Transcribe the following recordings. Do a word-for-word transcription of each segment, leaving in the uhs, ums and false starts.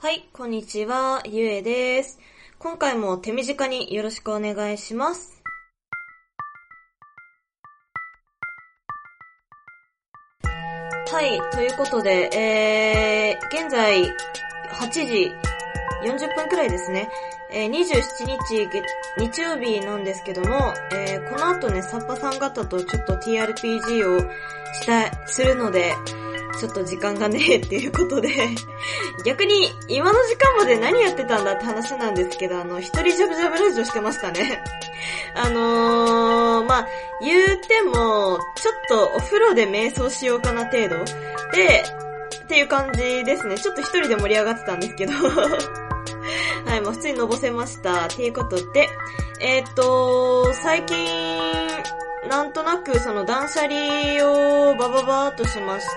はい、こんにちは、ゆえです。今回も手短によろしくお願いします。はい、ということで、えー、現在はちじよんじゅっぷんくらいですね。えー、にじゅうしちにち日曜日なんですけども、えー、この後ね、サッパさん方とちょっと ティーアールピージー をした、するので、ちょっと時間がねえっていうことで逆に今の時間まで何やってたんだって話なんですけど、あの一人ジャブジャブラジオしてましたねあのー、まあ言うてもちょっとお風呂で瞑想しようかな程度でっていう感じですね。ちょっと一人で盛り上がってたんですけどはい、まあ普通にのぼせましたっていうことで、えーっと最近なんとなくその断捨離をバババーっとしまして、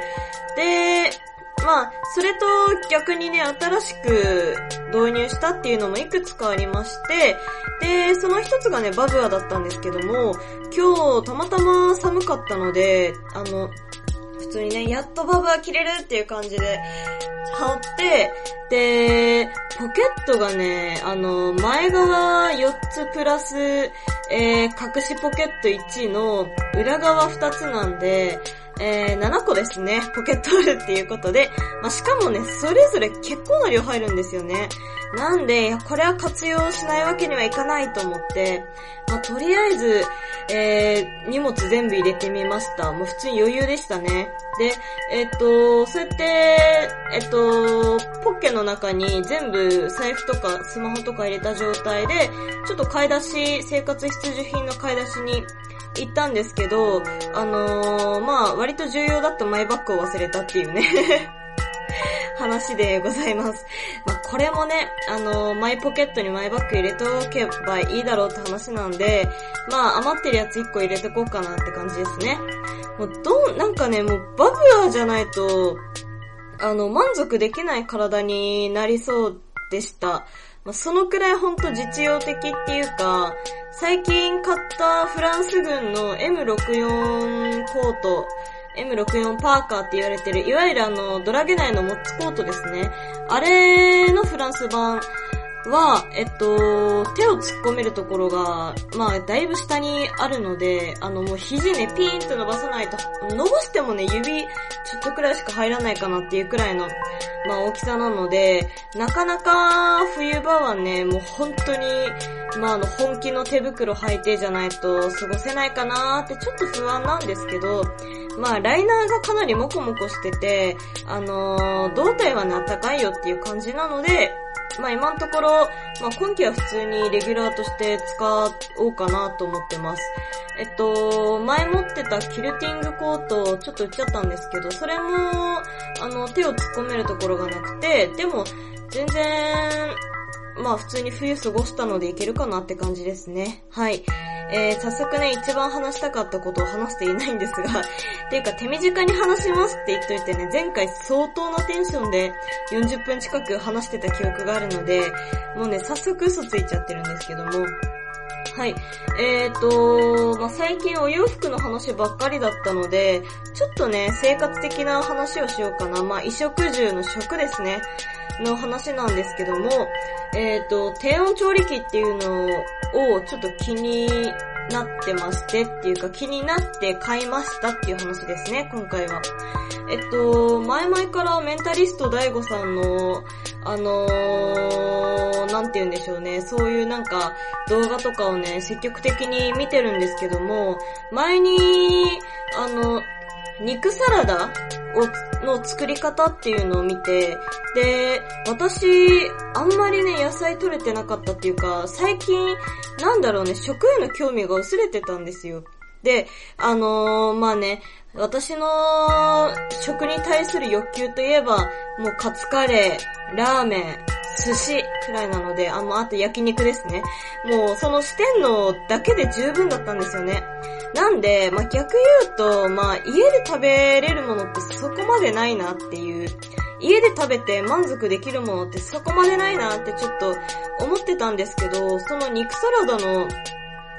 で、まあ、それと逆にね、新しく導入したっていうのもいくつかありまして、で、その一つがね、バブアだったんですけども、今日たまたま寒かったので、あの、普通にね、やっとバブア着れるっていう感じで、羽織って、で、ポケットがね、あの、前側よっつプラス、えー、隠しポケットいちの裏側ふたつなんで、えー、ななこですね、ポケットあるっていうことで、まあ、しかもね、それぞれ結構な量入るんですよね。なんで、いや、これは活用しないわけにはいかないと思って、まあ、とりあえず、えー、荷物全部入れてみました。もう普通に余裕でしたね。で、えっと、そうやって、えっと、ポッケの中に全部財布とかスマホとか入れた状態で、ちょっと買い出し、生活必需品の買い出しに行ったんですけど、あのー、まあ、割と重要だったマイバッグを忘れたっていうね話でございます。まあ、これもね、あのー、マイポケットにマイバッグ入れておけばいいだろうって話なんで、まあ、余ってるやついっこ入れてこうかなって感じですね。もう、どう、なんかね、もう、バブアーじゃないと、あの、満足できない体になりそうでした。まあ、そのくらいほんと実用的っていうか、最近買ったフランス軍の エムろくじゅうよん コート、エムろくじゅうよん パーカーって言われてる、いわゆるあの、ドラゲ内のモッツコートですね。あれのフランス版は、えっと、手を突っ込めるところが、まあ、だいぶ下にあるので、あの、もう肘ね、ピーンと伸ばさないと、伸ばしてもね、指、ちょっとくらいしか入らないかなっていうくらいの、まあ、大きさなので、なかなか冬場はね、もう本当に、まあ、あの、本気の手袋履いてじゃないと過ごせないかなーってちょっと不安なんですけど、まあ、ライナーがかなりモコモコしてて、あのー、胴体はね、あったかいよっていう感じなので、まあ今のところ、まあ今季は普通にレギュラーとして使おうかなと思ってます。えっと、前持ってたキルティングコートちょっと売っちゃったんですけど、それも、あの、手を突っ込めるところがなくて、でも、全然、まあ普通に冬過ごしたのでいけるかなって感じですね。はい。えー、早速ね、一番話したかったことを話していないんですが、っていうか手短に話しますって言っといてね、前回相当なテンションでよんじゅっぷん近く話してた記憶があるので、もうね、早速嘘ついちゃってるんですけども、はい。えーと、まあ、最近お洋服の話ばっかりだったので、ちょっとね、生活的な話をしようかな。まあ、衣食住の食ですね。の話なんですけども、えーと、低温調理器っていうのをちょっと気になってましてっていうか気になって買いましたっていう話ですね、今回は。えっと、前々からメンタリスト ダイゴ さんの、あのー、なんて言うんでしょうね、そういうなんか動画とかをね、積極的に見てるんですけども、前に、あの、肉サラダをの作り方っていうのを見て、で、私、あんまりね、野菜取れてなかったっていうか、最近、なんだろうね、食への興味が薄れてたんですよ。で、あのー、まあね、私の食に対する欲求といえば、もうカツカレー、ラーメン、寿司くらいなので、あの、あと焼肉ですね。もうその四天王だけで十分だったんですよね。なんで、まあ、逆言うと、まあ、家で食べれるものってそこまでないなっていう、家で食べて満足できるものってそこまでないなってちょっと思ってたんですけど、その肉サラダの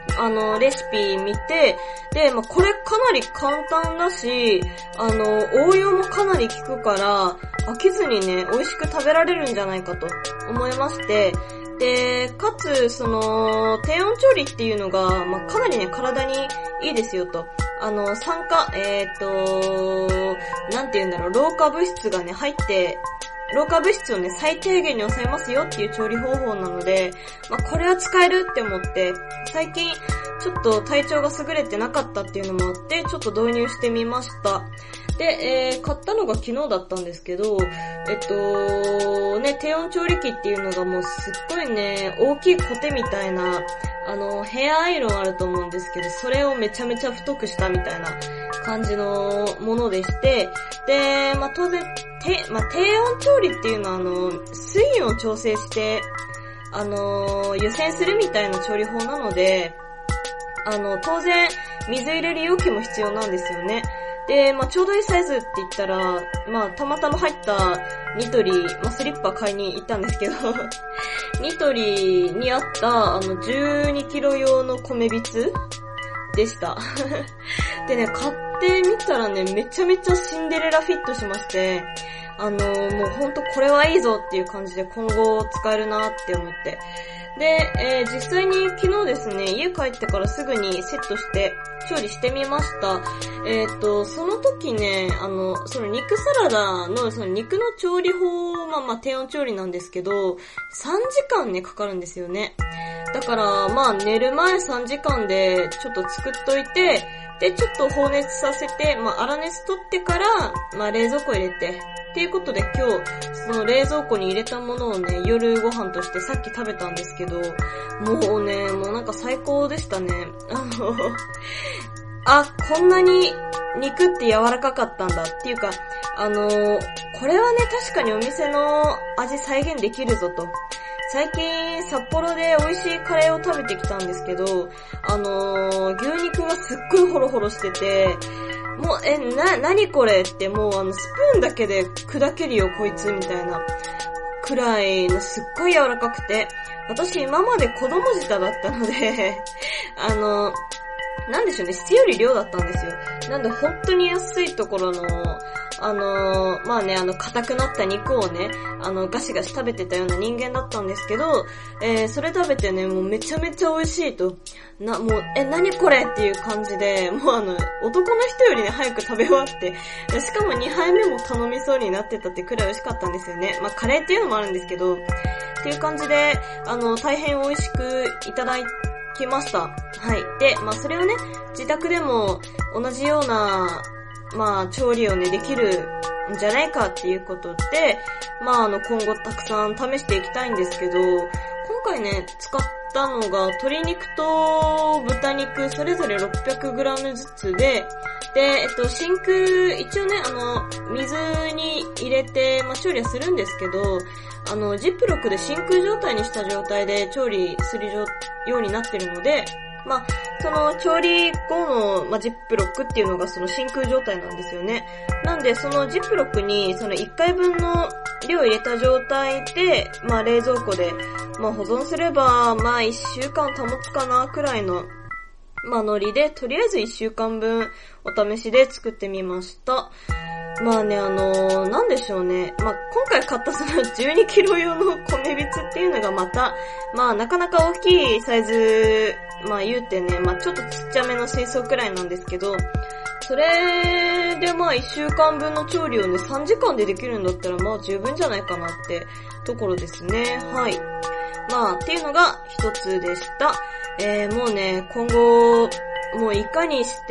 あの、レシピ見て、で、まあ、これかなり簡単だし、あの、応用もかなり効くから、飽きずにね、美味しく食べられるんじゃないかと思いまして、で、かつ、その、低温調理っていうのが、まあ、かなりね、体にいいですよと。あの、酸化、えっと、なんて言うんだろう、老化物質がね、入って、老化物質をね、最低限に抑えますよっていう調理方法なので、まあ、これは使えるって思って、最近、ちょっと体調が優れてなかったっていうのもあって、ちょっと導入してみました。で、えー、買ったのが昨日だったんですけど、えっと、ね、低温調理器っていうのがもうすっごいね、大きいコテみたいな、あの、ヘアアイロンあると思うんですけど、それをめちゃめちゃ太くしたみたいな感じのものでして、で、まあ、当然、低、まあ、低温調理っていうのはあの、水温を調整して、あの、湯煎するみたいな調理法なので、あの、当然、水入れる容器も必要なんですよね。で、まあ、ちょうどいいサイズって言ったら、まあ、たまたま入ったニトリ、まあ、スリッパ買いに行ったんですけど、ニトリにあった、あの、じゅうにキロ用の米びつでした。でね、買ってみたらね、めちゃめちゃシンデレラフィットしまして、あのー、もうほんとこれはいいぞっていう感じで今後使えるなって思って。で、えー、実際に昨日ですね、家帰ってからすぐにセットして調理してみました。えっと、その時ね、あの、その肉サラダのその肉の調理法、まあまあ低温調理なんですけど、さんじかんね、かかるんですよね。だから、まあ寝る前さんじかんでちょっと作っといて、で、ちょっと放熱させて、まあ粗熱取ってから、まあ冷蔵庫入れて、っていうことで今日、その冷蔵庫に入れたものをね、夜ご飯としてさっき食べたんですけど、もうね、もうなんか最高でしたね。あの、あ、こんなに肉って柔らかかったんだっていうか、あの、これはね、確かにお店の味再現できるぞと。最近、札幌で美味しいカレーを食べてきたんですけど、あのー、牛肉がすっごいホロホロしてて、もう、え、な、なにこれってもうあの、スプーンだけで砕けるよこいつみたいな、くらいのすっごい柔らかくて、私今まで子供舌だったので、あの、なんでしょうね、質より量だったんですよ。なんで本当に安いところの、あのー、まあね、あの、硬くなった肉をね、あの、ガシガシ食べてたような人間だったんですけど、えー、それ食べてね、もうめちゃめちゃ美味しいと。な、もう、え、なにこれっていう感じで、もうあの、男の人よりね、早く食べ終わって、しかもにはいめも頼みそうになってたってくらい美味しかったんですよね。まあ、カレーっていうのもあるんですけど、っていう感じで、あの、大変美味しくいただいきました。はい。で、まあ、それをね、自宅でも同じような、まあ、調理をね、できるんじゃないかっていうことで、まあ、あの、今後たくさん試していきたいんですけど、今回ね、使ったのが、鶏肉と豚肉、それぞれ ろっぴゃくグラム ずつで、で、えっと、真空、一応ね、あの、水に入れて、まあ、調理はするんですけど、あの、ジップロックで真空状態にした状態で調理するようになってるので、まあ、その調理後の、まあ、ジップロックっていうのがその真空状態なんですよね。なんでそのジップロックにそのいっかいぶんの量を入れた状態で、まあ冷蔵庫で、まあ保存すれば、まあいっしゅうかん保つかなくらいの、まあノリで、とりあえずいっしゅうかんぶんお試しで作ってみました。まあね、あのー、なんでしょうね。まあ、今回買ったそのじゅうにキロ用の米びつっていうのがまた、まあ、なかなか大きいサイズ、まあ言うてね、まあちょっとちっちゃめの水槽くらいなんですけど、それでまあいっしゅうかんぶんの調理をね、さんじかんでできるんだったらまあ十分じゃないかなってところですね。はい。まあ、っていうのが一つでした。えー、もうね、今後、もういかにして、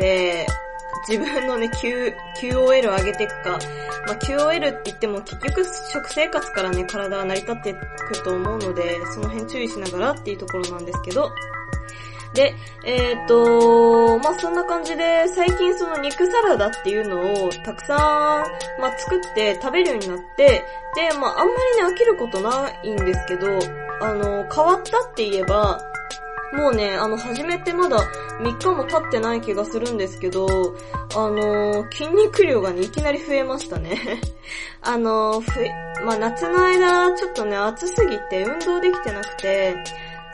自分のね、Q、キューオーエル を上げていくか。まあ、キューオーエル って言っても結局食生活からね、体は成り立ってくと思うので、その辺注意しながらっていうところなんですけど。で、えーと、まあ、そんな感じで、最近その肉サラダっていうのをたくさん、まあ、作って食べるようになって、で、まあ、あんまりね、飽きることないんですけど、あの、変わったって言えば、もうね、あの、始めてまだみっかも経ってない気がするんですけど、あのー、筋肉量がね、いきなり増えましたね。あのー、ふ、まあ、夏の間、ちょっとね、暑すぎて運動できてなくて、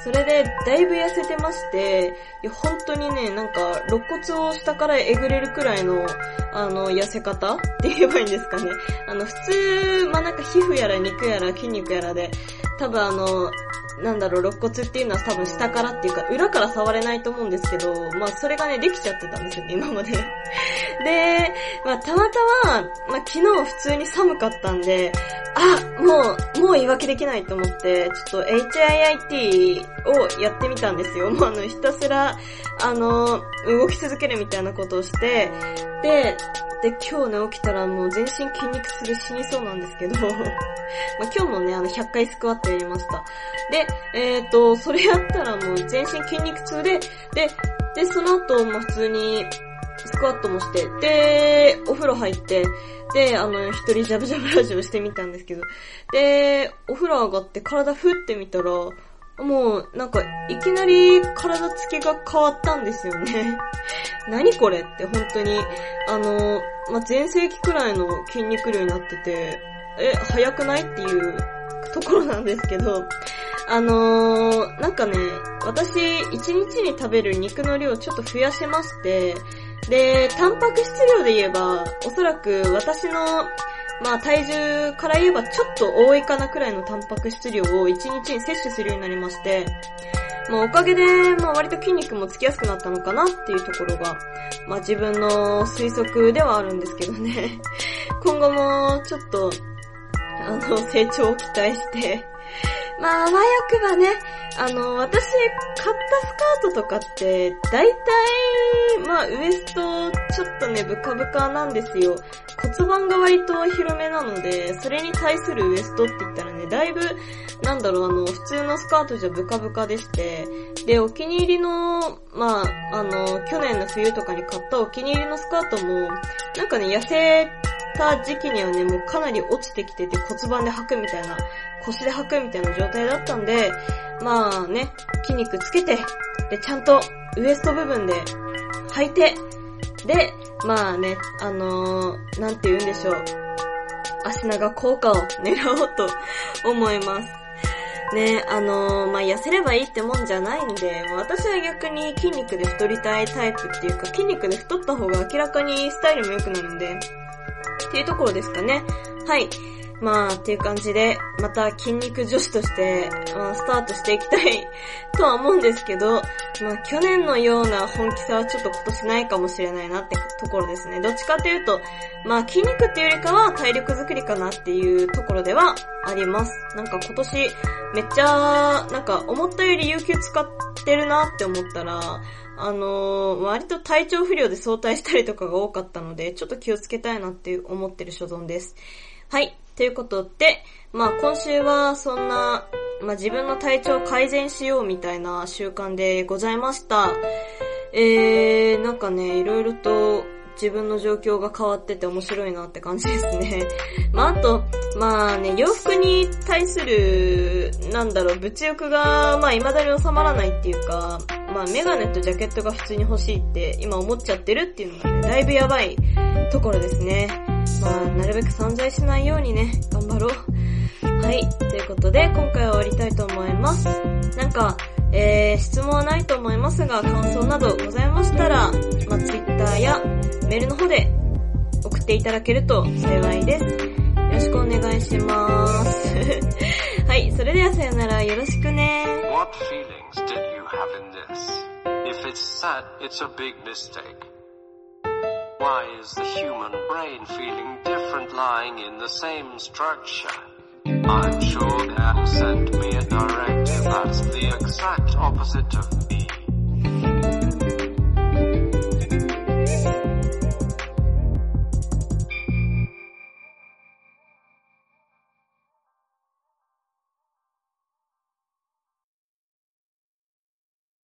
それでだいぶ痩せてまして、いや本当にね、なんか肋骨を下からえぐれるくらいのあの痩せ方って言えばいいんですかね。あの普通、まあなんか皮膚やら肉やら筋肉やらで、多分あのなんだろう、肋骨っていうのは多分下からっていうか裏から触れないと思うんですけど、まあそれがねできちゃってたんですよね、今まで。で、まあたまたま、まあ昨日普通に寒かったんで、あ、もう、もう言い訳できないと思って、ちょっと エイチアイアイティー をやってみたんですよ。もうあのひたすら、あの、動き続けるみたいなことをして、で、で、今日ね、起きたらもう全身筋肉痛で死にそうなんですけど、まあ今日もね、あの、ひゃっかいスクワットやりました。で、えーと、それやったらもう全身筋肉痛で、で、で、その後、まあ普通に、スクワットもして、で、お風呂入って、で、あの、一人ジャブジャブラジオしてみたんですけど、で、お風呂上がって体振ってみたら、もう、なんか、いきなり体つきが変わったんですよね。何これって本当に、あの、まあ、全盛期くらいの筋肉量になってて、え、早くないっていうところなんですけど、あのー、なんかね、私、一日に食べる肉の量をちょっと増やしまして、で、タンパク質量で言えば、おそらく私の、まあ体重から言えばちょっと多いかなくらいのタンパク質量を一日に摂取するようになりまして、まあおかげで、まあ割と筋肉もつきやすくなったのかなっていうところが、まあ自分の推測ではあるんですけどね。今後もちょっと、あの、成長を期待して、まあ、あわよくばね、あの、私、買ったスカートとかって、だいたい、まあ、ウエスト、ちょっとね、ブカブカなんですよ。骨盤が割と広めなので、それに対するウエストって言ったらね、だいぶ、なんだろう、あの、普通のスカートじゃブカブカでして、で、お気に入りの、まあ、あの、去年の冬とかに買ったお気に入りのスカートも、なんかね、痩せた時期にはね、もうかなり落ちてきてて骨盤で履くみたいな、腰で履くみたいな状態だったんで、まあね、筋肉つけて、で、ちゃんとウエスト部分で履いて、で、まあね、あのー、なんて言うんでしょう。足長効果を狙おうと思います。ね、あのー、まあ、痩せればいいってもんじゃないんで、私は逆に筋肉で太りたいタイプっていうか、筋肉で太った方が明らかにスタイルも良くなるんで、っていうところですかね。はい。まあ、っていう感じで、また筋肉女子として、まあ、スタートしていきたいとは思うんですけど、まあ、去年のような本気さはちょっと今年ないかもしれないなってところですね。どっちかというと、まあ、筋肉っていうよりかは体力作りかなっていうところではあります。なんか今年、めっちゃ、なんか思ったより有給使ってるなって思ったら、あのー、割と体調不良で早退したりとかが多かったので、ちょっと気をつけたいなって思ってる所存です。はい。ということで、まあ今週はそんな、まあ自分の体調を改善しようみたいな習慣でございました。えー、なんかね、いろいろと自分の状況が変わってて面白いなって感じですね。まああと、まあね、洋服に対する、なんだろう、物欲が、まあ未だに収まらないっていうか、まあメガネとジャケットが普通に欲しいって今思っちゃってるっていうのがね、だいぶやばいところですね。まあ、なるべく散財しないようにね、頑張ろう。はい。ということで、今回は終わりたいと思います。なんか、えー、質問はないと思いますが、感想などございましたら、まあ、Twitter やメールの方で送っていただけると幸いです。よろしくお願いします。はい。それではさよなら、よろしくね。What feelings did you have in this? If it's sad, it's a big mistake.Why is the human brain feeling different lying in the same structure? I'm sure Dad sent me a directive that's the exact opposite of me.